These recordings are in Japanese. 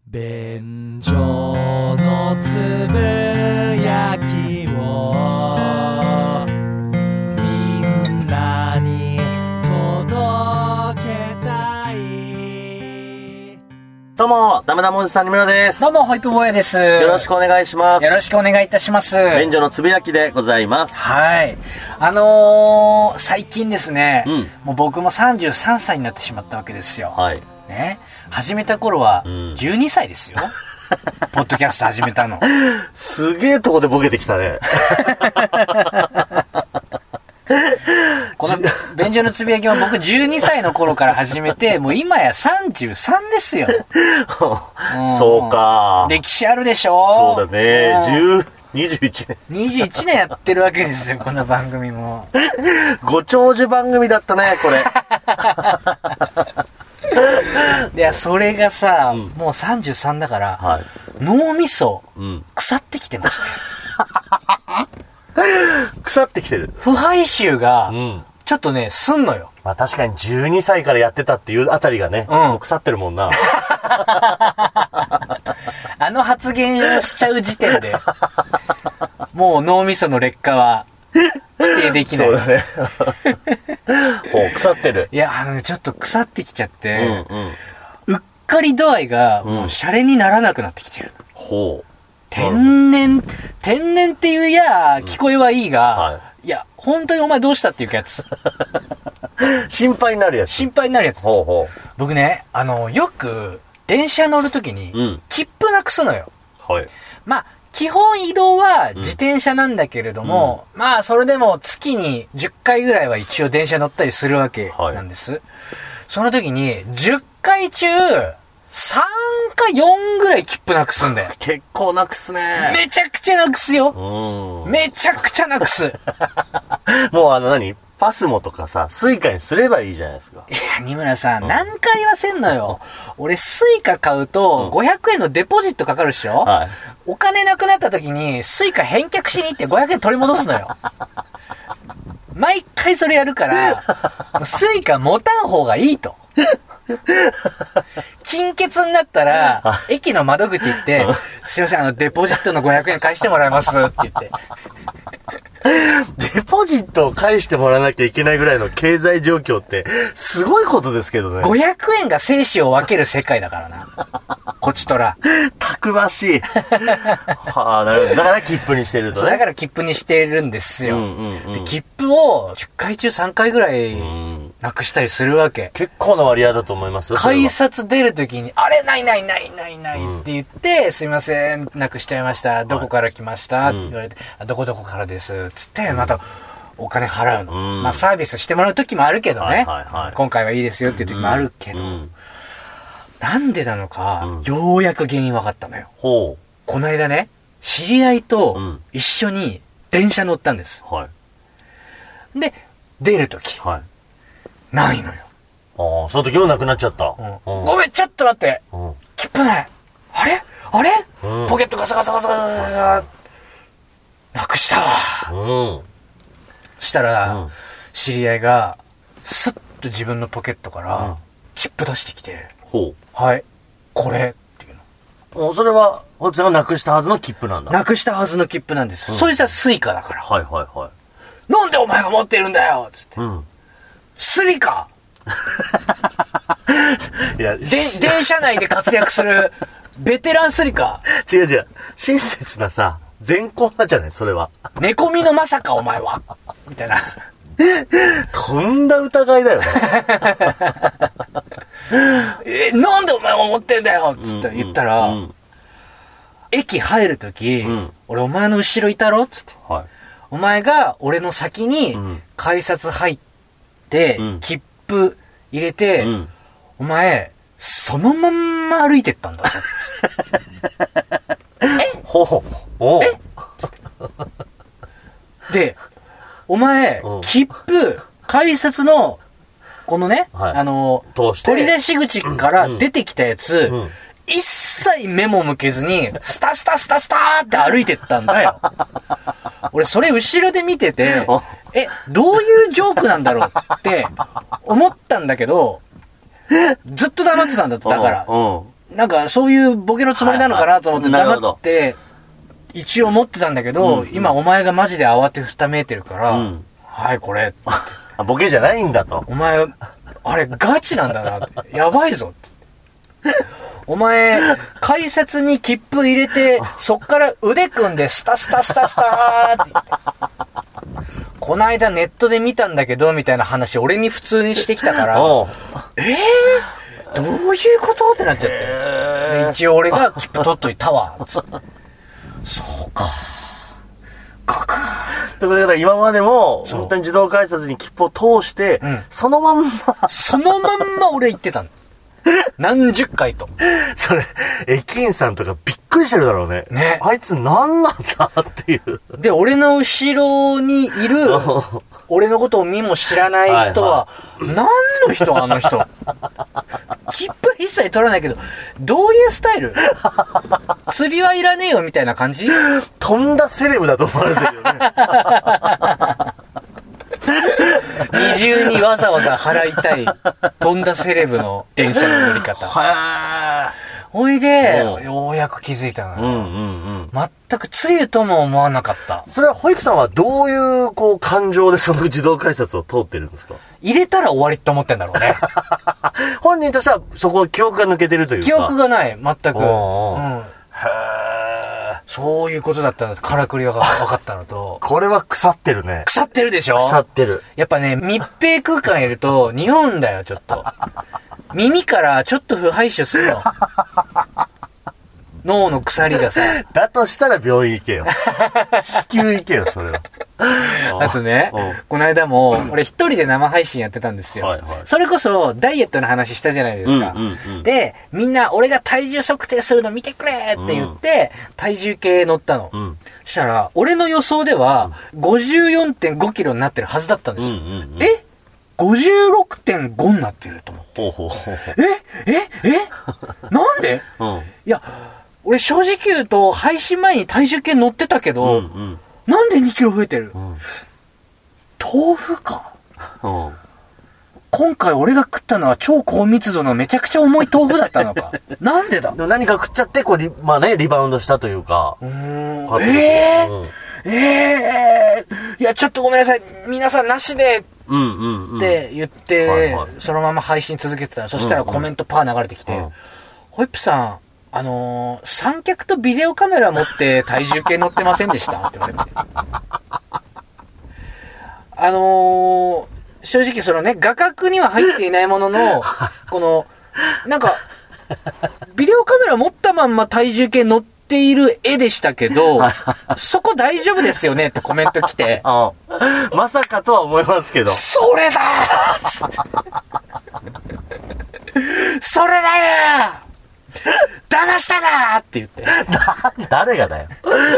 便所のつぶやきをみんなに届けたい。 どうも、ダメダメおじさんにむらです。 どうも、ホイップボーイです。 よろしくお願いします。 よろしくお願いいたします。 便所のつぶやきでございます。 はい。最近ですね、もう僕も33歳になってしまったわけですよ。 はい。 ね。始めた頃は、12歳ですよ。ポッドキャスト始めたの。 すげえとこでボケてきたね。 この便所のつぶやきは僕12歳の頃から始めて、もう今や33ですよ。 そうか。 歴史あるでしょ。 そうだね。21年。 21年やってるわけですよ、この番組も。 ご長寿番組だったね、これ。 いや、それがさ、もう33だから、 はい、 脳みそ、腐ってきてましたよ。 腐ってきてる。 腐敗臭が、ちょっとね、すんのよ。 まあ確かに12歳からやってたっていうあたりがね、もう腐ってるもんな。 あの発言をしちゃう時点で、もう脳みその劣化は否定できない。 そうだね。ほう、腐ってる。 いや、ちょっと腐ってきちゃって、うっかり度合いが、もうシャレにならなくなってきてる。 ほう。 天然っていうや、聞こえはいいが、いや、本当にお前どうしたっていうやつ。 心配になるやつ。 心配になるやつ。 ほうほう。 僕ね、よく、電車乗るときに、切符なくすのよ。 はい。 まあ、基本移動は自転車なんだけれども、まあ、それでも月に10回ぐらいは一応電車乗ったりするわけなんです。その時に、10回中、3か4ぐらい切符なくすんだよ。 結構なくすね。 めちゃくちゃなくすよ。めちゃくちゃなくす。 もう何パスモとかさ、スイカにすればいいじゃないですか。 いや、二村さん、何回言わせんのよ。俺、スイカ買うと、500円のデポジットかかるでしょ、お金なくなった時に、スイカ返却しに行って500円取り戻すのよ。毎回それやるから、スイカ持たん方がいいと。金欠になったら、駅の窓口行って、すいません、デポジットの500円返してもらえますって言って。 デポジットを返してもらわなきゃいけないぐらいの経済状況って、すごいことですけどね。 500円が生死を分ける世界だからな。こちとら。 たくましい。はあ、なるほど。だから切符にしてるとね。 だから切符にしてるんですよ。で、切符を10回中3回ぐらいなくしたりするわけ。 結構な割合だと思いますよ。 改札出るときに、あれないって言って、すいません、なくしちゃいました。どこから来ましたって言われて、どこからです。つって、また、お金払うの。まあ、サービスしてもらうときもあるけどね。今回はいいですよっていうときもあるけど、なんでなのか、ようやく原因分かったのよ。この間ね、知り合いと一緒に電車乗ったんです。で、出るとき、ないのよ。 その時もなくなっちゃった。 ごめん、ちょっと待って。切符ない。あれポケットガサガサなくしたわ。そしたら、知り合いが、スッと自分のポケットから、切符出してきて、はい、これっていうの。 それは、こっちがなくしたはずの切符なんだ。 なくしたはずの切符なんです。そいつはスイカだから。なんでお前が持ってるんだよつって。スイカいや、電車内で活躍する、ベテランスリカ。 違う。親切なさ、善行なんじゃないそれは。 寝込みのまさかお前は。みたいな。 とんだ疑いだよね。 なんでお前が持ってんだよつって言ったら、駅入るとき、俺お前の後ろいたろつって。お前が俺の先に改札入って、切符入れて、お前、そのまんま歩いてったんだぞ。で、お前、切符、改札の、このね、取り出し口から出てきたやつ、一切目も向けずに、スタって歩いてったんだよ。俺、それ後ろで見てて、どういうジョークなんだろうって思ったんだけど、ずっと黙ってたんだって、だから。 なんかそういうボケのつもりなのかなと思ってはいはい黙って一応思ってたんだけど、今お前がマジで慌てふためいてるから、はいこれってあ、ボケじゃないんだと。 お前あれガチなんだなって、やばいぞって。お前改札に切符入れてそっから腕組んでスタスタスタスターって言って、この間ネットで見たんだけどみたいな話俺に普通にしてきたから、どういうことってなっちゃって、で一応俺が切符取っといたわつって、そうかガクということで今までも本当に自動改札に切符を通して、そのまんま俺行ってたの。何十回と。 それ駅員さんとかびっくりしてるだろうね。 ね、 あいつ何なんだっていう。 で俺の後ろにいる俺のことを見も知らない人は、何の人あの人。切符一切取らないけど、どういうスタイル？釣りはいらねえよみたいな感じ？ 飛んだセレブだと思われてるよね。 二重にわざわざ払いたい飛んだセレブの電車の乗り方。おいで、ようやく気づいたの。全くつゆとも思わなかった。 それはホイップさんはどういうこう感情でその自動改札を通ってるんですか？ 入れたら終わりって思ってんだろうね。 本人としてはそこ記憶が抜けてるというか。 記憶がない、全く。 へー、 そういうことだったの、からくりが分かったのと。 これは腐ってるね。 腐ってるでしょ？ 腐ってる。 やっぱね、密閉空間いると匂うんだよ、ちょっと。耳からちょっと腐敗臭するの。脳の腐りがさ。 だとしたら病院行けよ。至急行けよ、それは。 あとね、この間も、俺一人で生配信やってたんですよ。それこそ、ダイエットの話したじゃないですか。で、みんな、俺が体重測定するの見てくれって言って、体重計乗ったの。そしたら、俺の予想では、54.5 キロになってるはずだったんですよ。え？ 56.5 になってると思って。なんで？いや、俺正直言うと、配信前に体重計乗ってたけど、なんで2キロ増えてる？豆腐か。今回俺が食ったのは超高密度のめちゃくちゃ重い豆腐だったのか。なんでだ？ でも何か食っちゃって、こうまあね、リバウンドしたというか。 いや、ちょっとごめんなさい。皆さんなしで、って言って、そのまま配信続けてたの。そしたらコメントパー流れてきて、ホイップさん、三脚とビデオカメラ持って体重計乗ってませんでしたって言われて。正直そのね、画角には入っていないものの、この、なんか、ビデオカメラ持ったまんま体重計乗っている絵でしたけど、そこ大丈夫ですよねってコメント来て。 まさかとは思いますけど。 それだーそれだよ騙したなーって言って。 誰がだよ。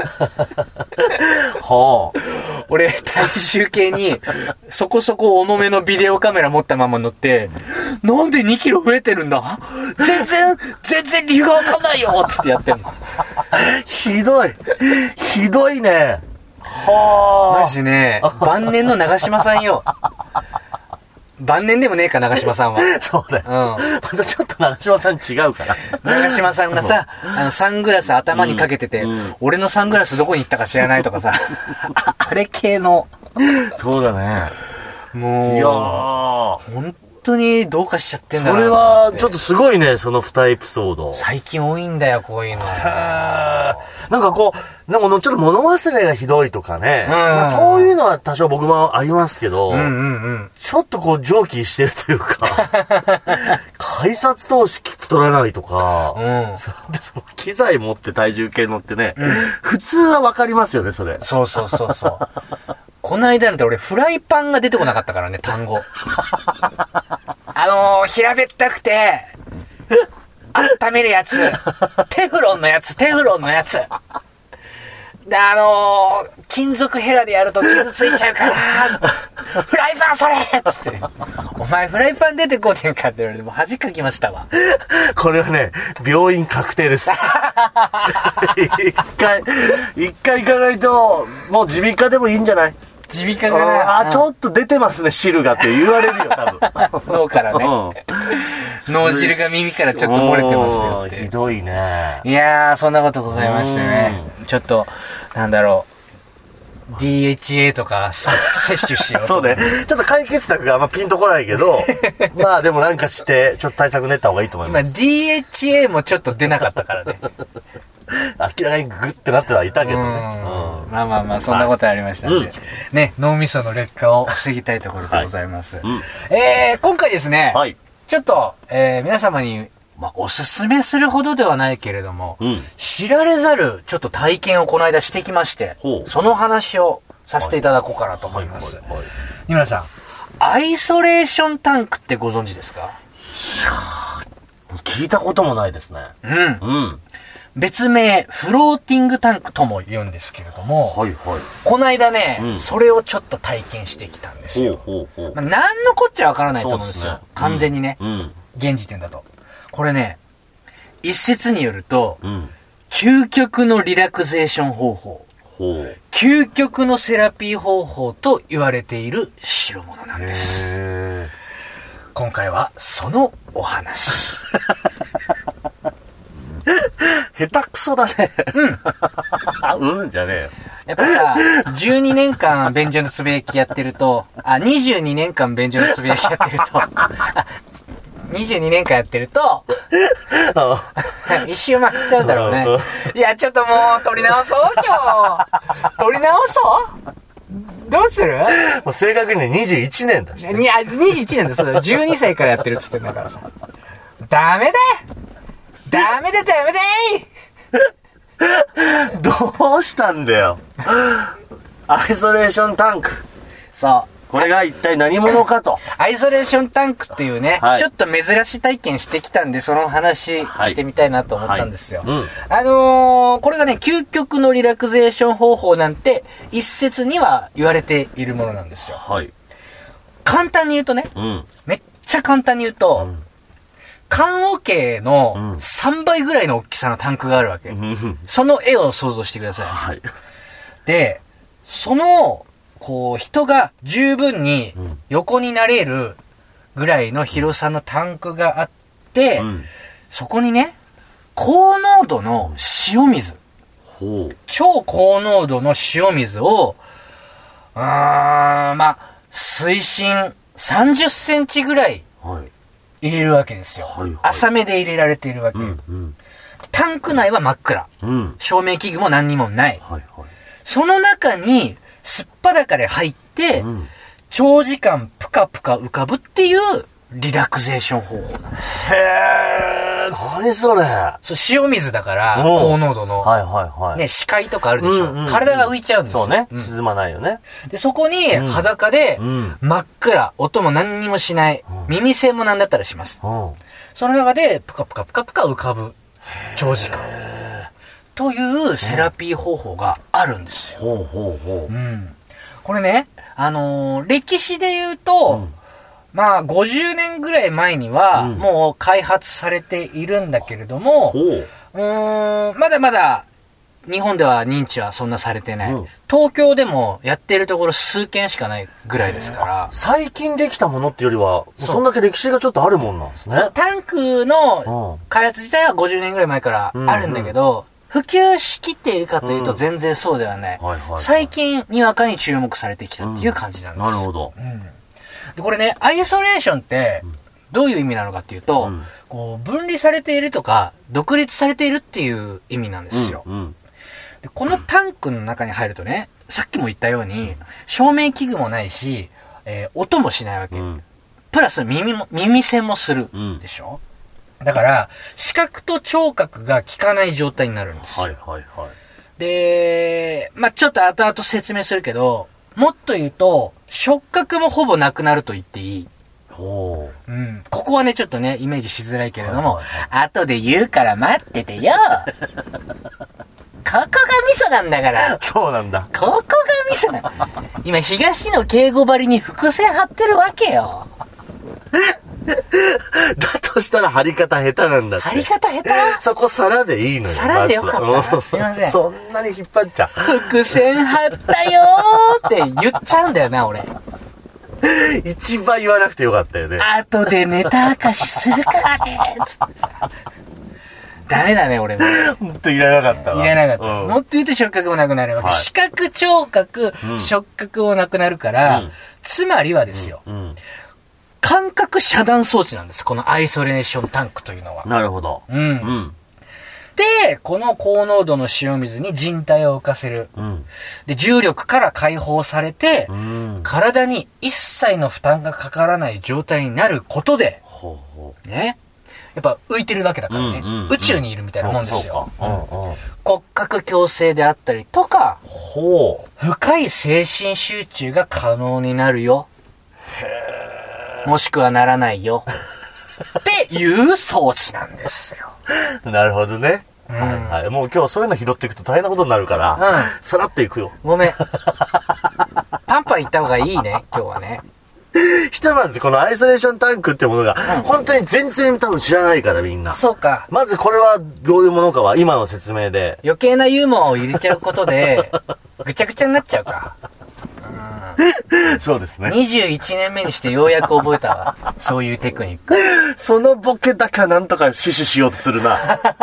俺、体重計に、そこそこ重めのビデオカメラ持ったまま乗って、なんで2キロ増えてるんだ？全然理由がわかんないよつってやってんの。 ひどいね。 マジね、晩年の長嶋さんよ。晩年でもねえか、長嶋さんは。 そうだよ。またちょっと長嶋さん違うから。 長嶋さんがさ、サングラス頭にかけてて、俺のサングラスどこに行ったか知らないとかさ、あれ系の。 そうだね。 もう、いや本当にどうかしちゃってんだな。 それは、ちょっとすごいね、その2エピソード。 最近多いんだよ、こういうの。 なんかこう、なんかちょっと物忘れがひどいとかね。まあ、そういうのは多少僕もありますけど、ちょっとこう蒸気してるというか、改札通し切符取らないとか、その機材持って体重計乗ってね、普通はわかりますよね、それ。 そう。この間なんて俺フライパンが出てこなかったからね、単語。平べったくて、温めるやつ。テフロンのやつ。で、金属ヘラでやると傷ついちゃうから、フライパンそれっつって。お前フライパン出てこねえかって言われて、もう恥かきましたわ。 これはね、病院確定です。一回行かないと、もう耳鼻科でもいいんじゃない？ 耳鼻科がね。 ちょっと出てますね、汁がって言われるよ、多分。 脳からね。 脳汁が耳からちょっと漏れてますよって。 ひどいね。 いやー、そんなことございましてね。ちょっと、なんだろう。DHA とか摂取しようと。 そうね。ちょっと解決策があんまピンとこないけど、まあでもなんかして、ちょっと対策練った方がいいと思います。 今 DHA もちょっと出なかったからね。 明らかにグッてなってはいたけどね。 まあまあまあ、そんなことありましたんで。ね、脳みその劣化を防ぎたいところでございます。今回ですね、 はい。 ちょっと、皆様に、まあ、おすすめするほどではないけれども、知られざるちょっと体験をこの間してきまして、その話をさせていただこうかなと思います。二村さん、アイソレーションタンクってご存知ですか？ 聞いたこともないですね。 別名、フローティングタンクとも言うんですけれども、この間ね、それをちょっと体験してきたんですよ。まあ、何のこっちゃわからないと思うんですよ。完全にね、現時点だと。これね、一説によると、究極のリラクゼーション方法、究極のセラピー方法と言われている代物なんです。今回はそのお話。 下手くそだね。じゃねえよ。 やっぱさ、12年間便所のつぶやきやってると、22年間便所のつぶやきやってると、22年間やってると、一周回っちゃうんだろうね。いや、ちょっともう、撮り直そう、今日。撮り直そうどうする？ もう正確にね、21年だし、ね。 いや、21年だ、そうだ。12歳からやってるっつってんだからさ。ダメだダメだダメだどうしたんだよ。アイソレーションタンク。 そう。 これが一体何者かと。 アイソレーションタンクっていうね、ちょっと珍しい体験してきたんで、その話してみたいなと思ったんですよ。これがね、究極のリラクゼーション方法なんて、一説には言われているものなんですよ。簡単に言うとね、めっちゃ簡単に言うと、棺桶の3倍ぐらいの大きさのタンクがあるわけ。その絵を想像してください。で、その、こう、人が十分に横になれるぐらいの広さのタンクがあって、そこにね、高濃度の塩水。超高濃度の塩水を、まあ、水深30センチぐらい入れるわけですよ。浅めで入れられているわけ。タンク内は真っ暗。照明器具も何にもない。その中に、すっぱだかで入って、長時間ぷかぷか浮かぶっていうリラクゼーション方法なんです。 へー、何それ。 そう、塩水だから、高濃度の。ね、視界とかあるでしょ。体が浮いちゃうんですよ。 そうね。沈まないよね。 で、そこに、裸で、真っ暗、音も何にもしない、耳栓も何だったらします。その中で、ぷかぷかぷかぷか浮かぶ。長時間。というセラピー方法があるんですよ。これね、歴史で言うと、まあ、50年ぐらい前には、もう開発されているんだけれども、まだまだ、日本では認知はそんなされてない。東京でもやってるところ数件しかないぐらいですから。 最近できたものっていうよりは、そんだけ歴史がちょっとあるもんなんですね。そう、 タンクの開発自体は50年ぐらい前からあるんだけど、普及しきっているかというと全然そうではない。最近にわかに注目されてきたっていう感じなんです。 なるほど。 でこれね、アイソレーションってどういう意味なのかっていうと、こう分離されているとか独立されているっていう意味なんですよ。でこのタンクの中に入るとね、さっきも言ったように照明器具もないし、音もしないわけ。プラス耳栓もするでしょ。だから、視覚と聴覚が効かない状態になるんですよ。で、まあ、ちょっと後々説明するけど、もっと言うと、触覚もほぼなくなると言っていい。ここはね、ちょっとね、イメージしづらいけれども、後で言うから待っててよ。ここが味噌なんだから。 そうなんだ。 ここが味噌なの。今、東野敬吾張りに伏線張ってるわけよ。 だとしたら貼り方下手なんだって。 貼り方下手？ そこ皿でいいのよ。 皿でよかったな。すいません。 そんなに引っ張っちゃう。 伏線張ったよーって言っちゃうんだよな、俺。 一番言わなくてよかったよね。 後でネタ明かしするからねつってさ。ダメだね、俺も。 ほんといらなかったわ。 いらなかった。 うんもっと言うと触覚もなくなるわけ。 はい視覚、聴覚、触覚もなくなるから、つまりはですよ、感覚遮断装置なんです。このアイソレーションタンクというのは。 なるほど。 で、この高濃度の塩水に人体を浮かせる。で、重力から解放されて、体に一切の負担がかからない状態になることで、ね。やっぱ浮いてるわけだからね。宇宙にいるみたいなもんですよ。骨格矯正であったりとか、深い精神集中が可能になるよ。もしくはならないよ。っていう装置なんですよ。 なるほどね。はいはい。もう今日そういうの拾っていくと大変なことになるから、さらっていくよ。 ごめん。パンパン行った方がいいね、今日はね。 ひとまずこのアイソレーションタンクってものが、本当に全然多分知らないからみんな。 そうか。 まずこれはどういうものかは今の説明で。 余計なユーモアを入れちゃうことで、ぐちゃぐちゃになっちゃうか。 そうですね。 21年目にしてようやく覚えたわ。そういうテクニック。 そのボケだけはなんとか死守しようとするな。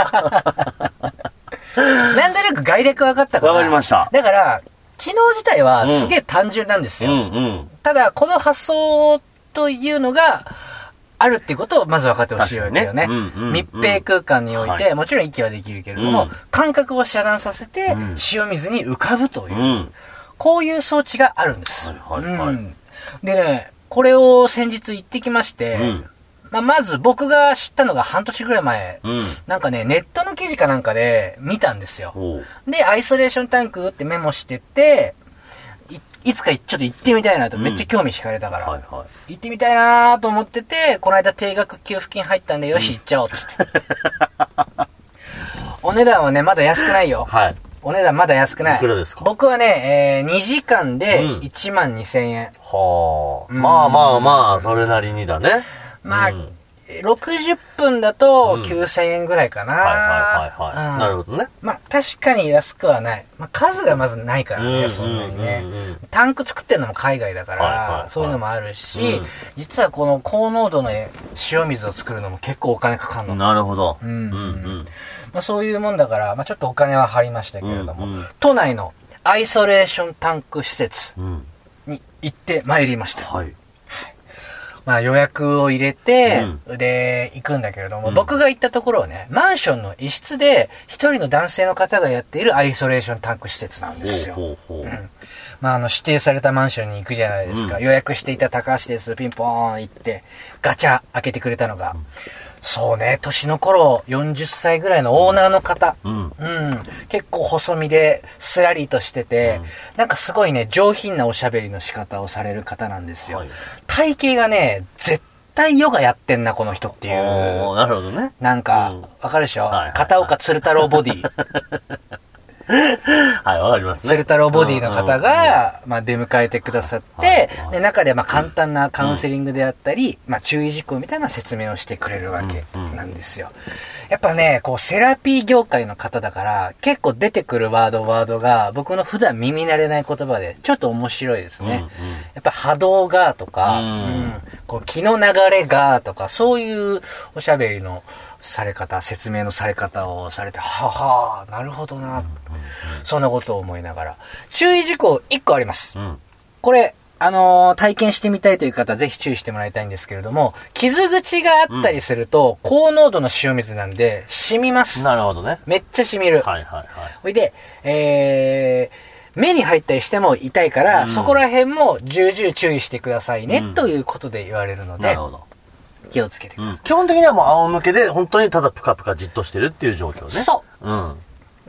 なんとなく概略分かったから。 わかりました。 だから、機能自体はすげえ単純なんですよ。ただ、この発想というのがあるっていうことをまず分かってほしいわけよね。密閉空間において、もちろん息はできるけれども、感覚を遮断させて、塩水に浮かぶという、こういう装置があるんです。でね、これを先日行ってきまして、まず僕が知ったのが半年ぐらい前、なんかね、ネットの記事かなんかで見たんですよ。で、アイソレーションタンクってメモしてて、いつかちょっと行ってみたいなとめっちゃ興味惹かれたから、行ってみたいなと思ってて、この間定額給付金入ったんで、よし行っちゃおうっつって。お値段はね、まだ安くないよ。お値段まだ安くない。 いくらですか？ 僕はね、2時間で12,000円。 まあまあまあ、それなりにだね。 まあ、60分だと9,000円ぐらいかな。 なるほどね。 まあ確かに安くはない。まあ数がまずないからね、そんなにね。タンク作ってんのも海外だから、そういうのもあるし、実はこの高濃度の塩水を作るのも結構お金かかるの。 なるほど。 まあそういうもんだから、まあちょっとお金は張りましたけれども、都内のアイソレーションタンク施設に行ってまいりました。まあ予約を入れて、で、行くんだけれども、僕が行ったところはね、マンションの一室で一人の男性の方がやっているアイソレーションタンク施設なんですよ。まあ指定されたマンションに行くじゃないですか。予約していた高橋です。ピンポーン行って、ガチャ開けてくれたのが、そうね、年の頃、40歳ぐらいのオーナーの方。結構細身で、スラリとしてて、なんかすごいね、上品なおしゃべりの仕方をされる方なんですよ。体型がね、絶対ヨガやってんな、この人っていう。 なるほどね。 なんか、わかるでしょ？片岡鶴太郎ボディ。 わかりますね。 鶴太郎ボディの方が、まあ出迎えてくださって、で、中でまあ簡単なカウンセリングであったり、まあ注意事項みたいな説明をしてくれるわけなんですよ。やっぱね、こうセラピー業界の方だから、結構出てくるワードが、僕の普段耳慣れない言葉で、ちょっと面白いですね。やっぱ波動がとか、こう気の流れがとか、そういうおしゃべりのされ方、説明のされ方をされて、はあ、なるほどな、そんなことを思いながら。注意事項1個あります。これ、体験してみたいという方、ぜひ注意してもらいたいんですけれども、傷口があったりすると、高濃度の塩水なんで、染みます。 なるほどね。 めっちゃ染みる。ほいで、目に入ったりしても痛いから、そこら辺も重々注意してくださいね、ということで言われるので、気をつけてください。 基本的にはもう仰向けで、本当にただプカプカじっとしてるっていう状況ね。 そう。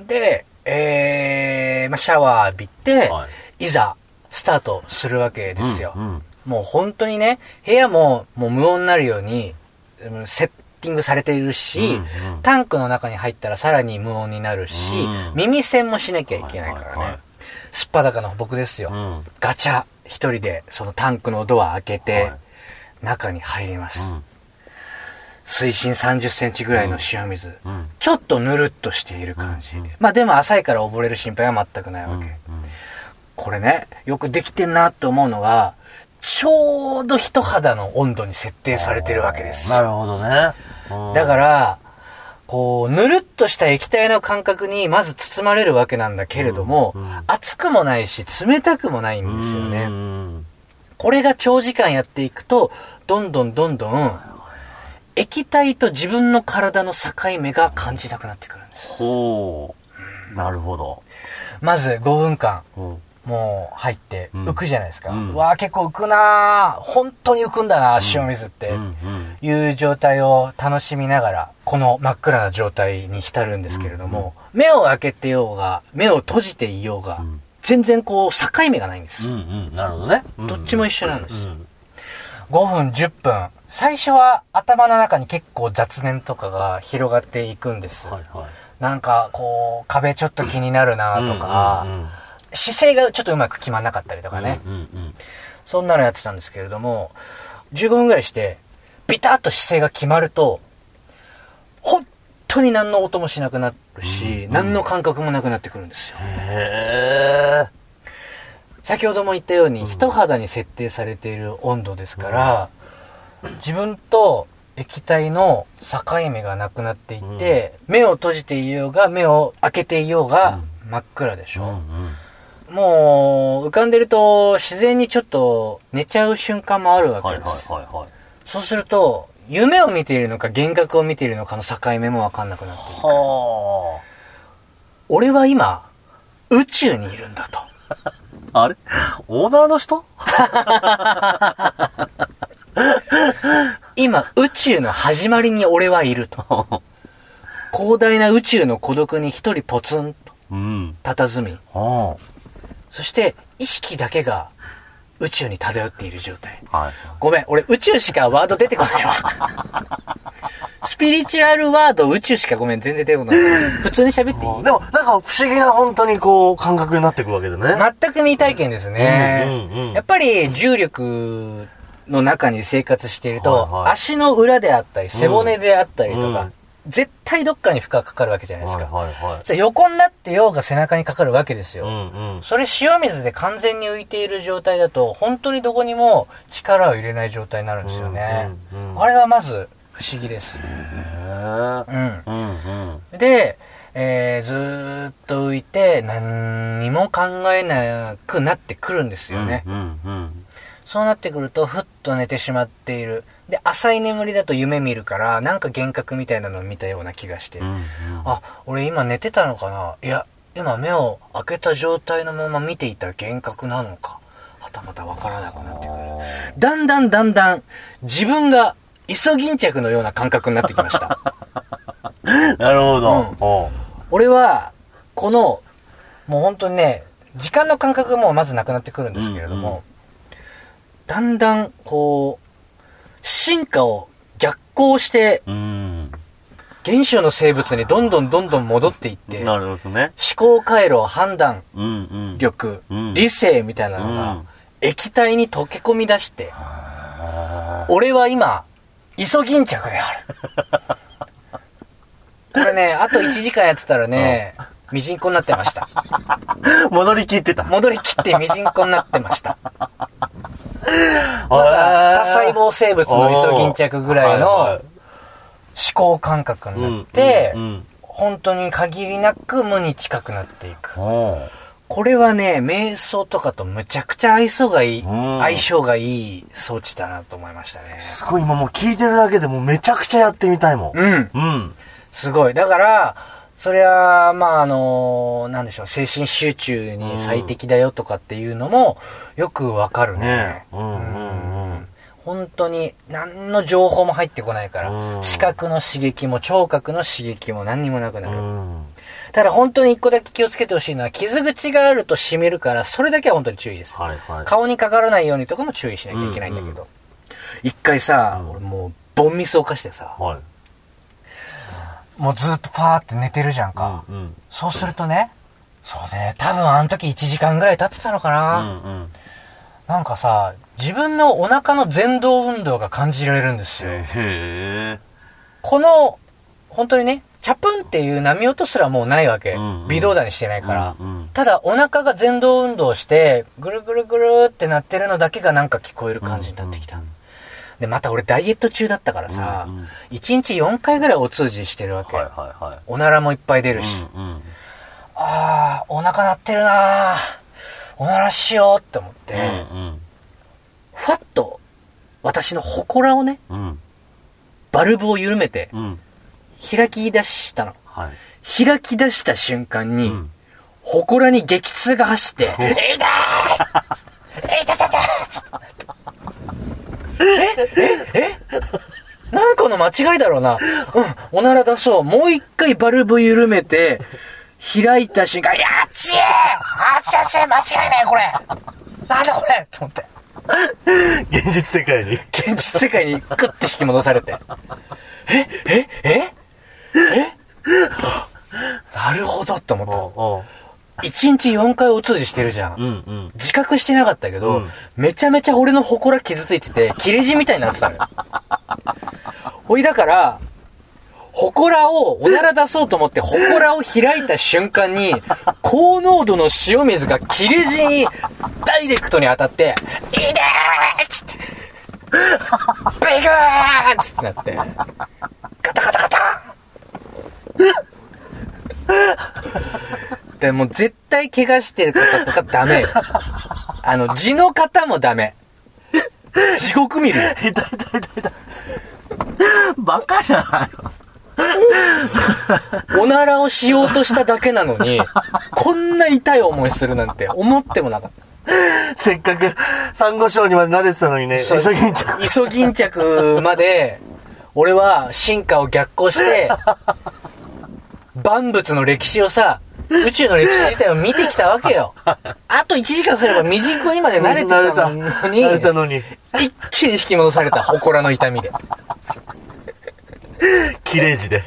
で、まあ、シャワー浴びて、いざ、スタートするわけですよ。もう本当にね、部屋もう無音になるように、セッティングされているし、タンクの中に入ったらさらに無音になるし、耳栓もしなきゃいけないからね。すっぱだかの僕ですよ。ガチャ、一人でそのタンクのドア開けて、中に入ります。水深30センチぐらいの塩水。ちょっとぬるっとしている感じ。まあでも浅いから溺れる心配は全くないわけ。これね、よくできてんなって思うのが、 ちょうど一肌の温度に設定されてるわけですよ。 なるほどね。 だから、こう、ぬるっとした液体の感覚にまず包まれるわけなんだけれども、熱くもないし、冷たくもないんですよね。これが長時間やっていくと、どんどん、液体と自分の体の境目が感じなくなってくるんです。 ほう。なるほど。 まず5分間、もう入って浮くじゃないですか。うわー結構浮くなー。本当に浮くんだな、塩水っていう状態を楽しみながら、この真っ暗な状態に浸るんですけれども、目を開けてようが、目を閉じていようが、全然こう境目がないんです。 なるほどね。 どっちも一緒なんです。5分、10分。最初は頭の中に結構雑念とかが広がっていくんです。なんかこう、壁ちょっと気になるなとか、姿勢がちょっとうまく決まんなかったりとかね。そんなのやってたんですけれども、15分ぐらいして、ビタッと姿勢が決まると、本当に何の音もしなくなるし、何の感覚もなくなってくるんですよ。先ほども言ったように、一肌に設定されている温度ですから、自分と液体の境目がなくなっていって、目を閉じていようが、目を開けていようが、真っ暗でしょ。もう、浮かんでると、自然にちょっと寝ちゃう瞬間もあるわけです。そうすると、夢を見ているのか、幻覚を見ているのかの境目もわかんなくなっていく。俺は今、宇宙にいるんだと。 あれオーナーの人今、宇宙の始まりに俺はいると。広大な宇宙の孤独に一人ポツンと、佇み。そして、意識だけが宇宙に漂っている状態。ごめん、俺宇宙しかワード出てこないわ。スピリチュアルワード宇宙しかごめん、全然出てこない。普通に喋っていい？ でも、なんか不思議な本当にこう、感覚になっていくわけだね。 全く未体験ですね。やっぱり重力の中に生活していると、足の裏であったり、背骨であったりとか、絶対どっかに負荷がかかるわけじゃないですか。それ横になってようが背中にかかるわけですよ。それ塩水で完全に浮いている状態だと、本当にどこにも力を入れない状態になるんですよね。あれはまず不思議です。で、ずーっと浮いて何にも考えなくなってくるんですよね。そうなってくると、ふっと寝てしまっている。で、浅い眠りだと夢見るから、なんか幻覚みたいなのを見たような気がして。あ、俺今寝てたのかな？いや、今目を開けた状態のまま見ていた幻覚なのか。はたまたわからなくなってくる。だんだん、自分がイソギンチャクのような感覚になってきました。 なるほど。 俺は、この、もう本当にね、時間の感覚もまずなくなってくるんですけれども、だんだん、こう、進化を逆行して、原始の生物にどんどん戻っていって、 なるほどね。 思考回路、判断力、理性みたいなのが、液体に溶け込み出して、俺は今、イソギンチャクである。これね、あと1時間やってたらね、ミジンコになってました。 戻りきってミジンコになってました。まだ多細胞生物のイソギンチャクぐらいの思考感覚になって、本当に限りなく無に近くなっていく。これはね、瞑想とかとむちゃくちゃ相性がいい装置だなと思いましたね。 すごい、今もう聞いてるだけでもうめちゃくちゃやってみたいもん。 すごい。だから、それは、まあ、なんでしょう、精神集中に最適だよとかっていうのも、よくわかるね。本当に、何の情報も入ってこないから、視覚の刺激も聴覚の刺激も何にもなくなる。ただ本当に一個だけ気をつけてほしいのは、傷口があると染みるから、それだけは本当に注意です。顔にかからないようにとかも注意しなきゃいけないんだけど。一回さ、俺もう、ボンミスを犯してさ、もうずっとパーって寝てるじゃんか。そうするとね、そうね、多分あの時1時間ぐらい経ってたのかな。なんかさ、自分のお腹の前動運動が感じられるんですよ。この、本当にね、チャプンっていう波音すらもうないわけ。微動だにしてないから。 ただお腹が前動運動して、ぐるぐるぐるってなってるのだけがなんか聞こえる感じになってきた。で、また俺ダイエット中だったからさ、1日4回ぐらいお通じしてるわけ。おならもいっぱい出るし。お腹鳴ってるなおならしようって思って、ふわっと私の祠をね、バルブを緩めて、開き出したの。開き出した瞬間に、祠に激痛が走って、痛いなんかの間違いだろうな。おなら出そう。もう一回バルブ緩めて、開いた瞬間、あっち間違いないこれなんだこれと思って。 現実世界にグッて引き戻されて。なるほどって思った。1日4回お通じしてるじゃん。自覚してなかったけど、めちゃめちゃ俺の祠傷ついてて、切れ字みたいになってたのよ。ほいだから、祠を、おなら出そうと思って祠を開いた瞬間に、高濃度の塩水が切れ字にダイレクトに当たって、いでーっつって、ビグーっつってなって、カタカタカタでもう絶対怪我してる方とかダメよ。痔の方もダメ。地獄見るよ。 痛い。バカじゃないの。 おならをしようとしただけなのに、こんな痛い思いするなんて思ってもなかった。 せっかく、サンゴ礁にまで慣れてたのにね、イソギンチャクまで、俺は進化を逆行して、万物の歴史をさ、宇宙の歴史自体を見てきたわけよ。あと1時間すれば未熟にまで慣れてたのに、一気に引き戻された祠の痛みで。 切れ字で。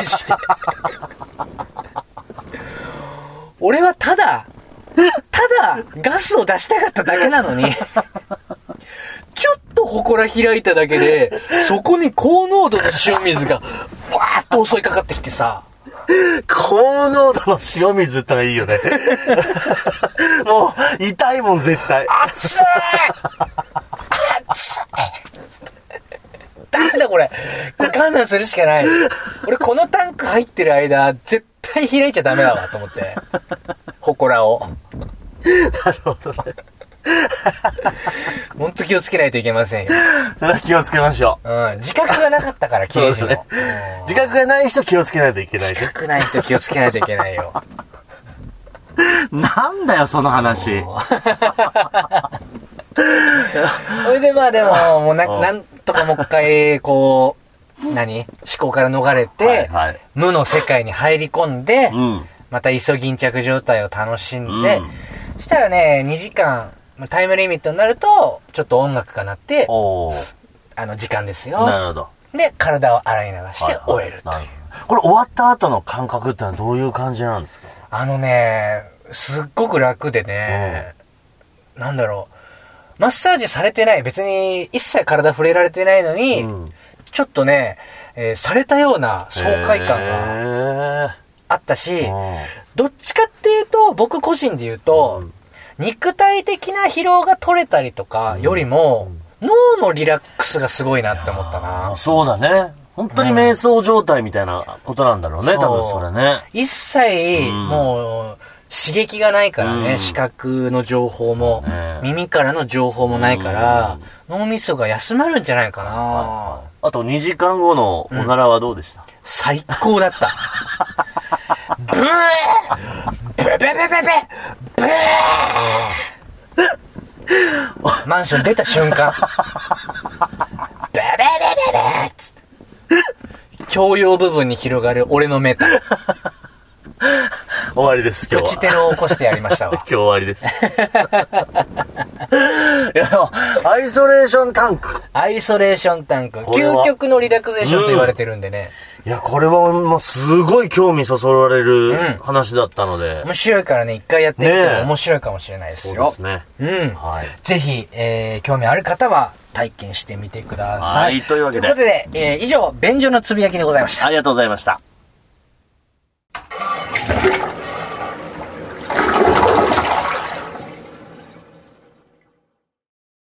俺はただガスを出したかっただけなのに、ちょっと祠開いただけで、そこに高濃度の塩水が、わーっと襲いかかってきてさ、 高濃度の塩水ってのがいいよね。もう、痛いもん絶対。 熱いダメだこれ我慢するしかない。俺このタンク入ってる間、絶対開いちゃダメだわと思って。祠を。 なるほどね。 ほんと気をつけないといけませんよ。 それは気をつけましょう。自覚がなかったから、切れ字も。 自覚がない人気をつけないといけない。 自覚ない人気をつけないといけないよ。 なんだよ、その話。 それでまあでも、もうなんとかもう一回、こう、思考から逃れて、無の世界に入り込んで、またイソギンチャク状態を楽しんで、したらね、2時間、タイムリミットになると、ちょっと音楽が鳴って、時間ですよ。 なるほど。 で、体を洗い流して終えるという。 これ終わった後の感覚ってのはどういう感じなんですか？ すっごく楽でね、なんだろう、マッサージされてない、別に一切体触れられてないのに、ちょっとね、されたような爽快感があったし、どっちかっていうと、僕個人で言うと、肉体的な疲労が取れたりとかよりも、脳のリラックスがすごいなって思ったな。 そうだね。本当に瞑想状態みたいなことなんだろうね、多分それね。 一切、もう、刺激がないからね、視覚の情報も、耳からの情報もないから、脳みそが休まるんじゃないかな。 あと2時間後のおならはどうでした？ 最高だった。ブーブベベベベブーマンション出た瞬間、ベベベベベつって共用部分に広がる俺のメタ。 終わりです、今日は。 プチテロを起こしてやりましたわ。 今日終わりです。いや、アイソレーションタンク。 アイソレーションタンク。究極のリラクゼーションと言われてるんでね。 いや、これはもうすごい興味そそられる話だったので。 面白いからね、一回やってみても面白いかもしれないですよ。 そうですね。 ぜひ、興味ある方は体験してみてください。 はい、というわけで。 ということで、以上、便所のつぶやきでございました。 ありがとうございました。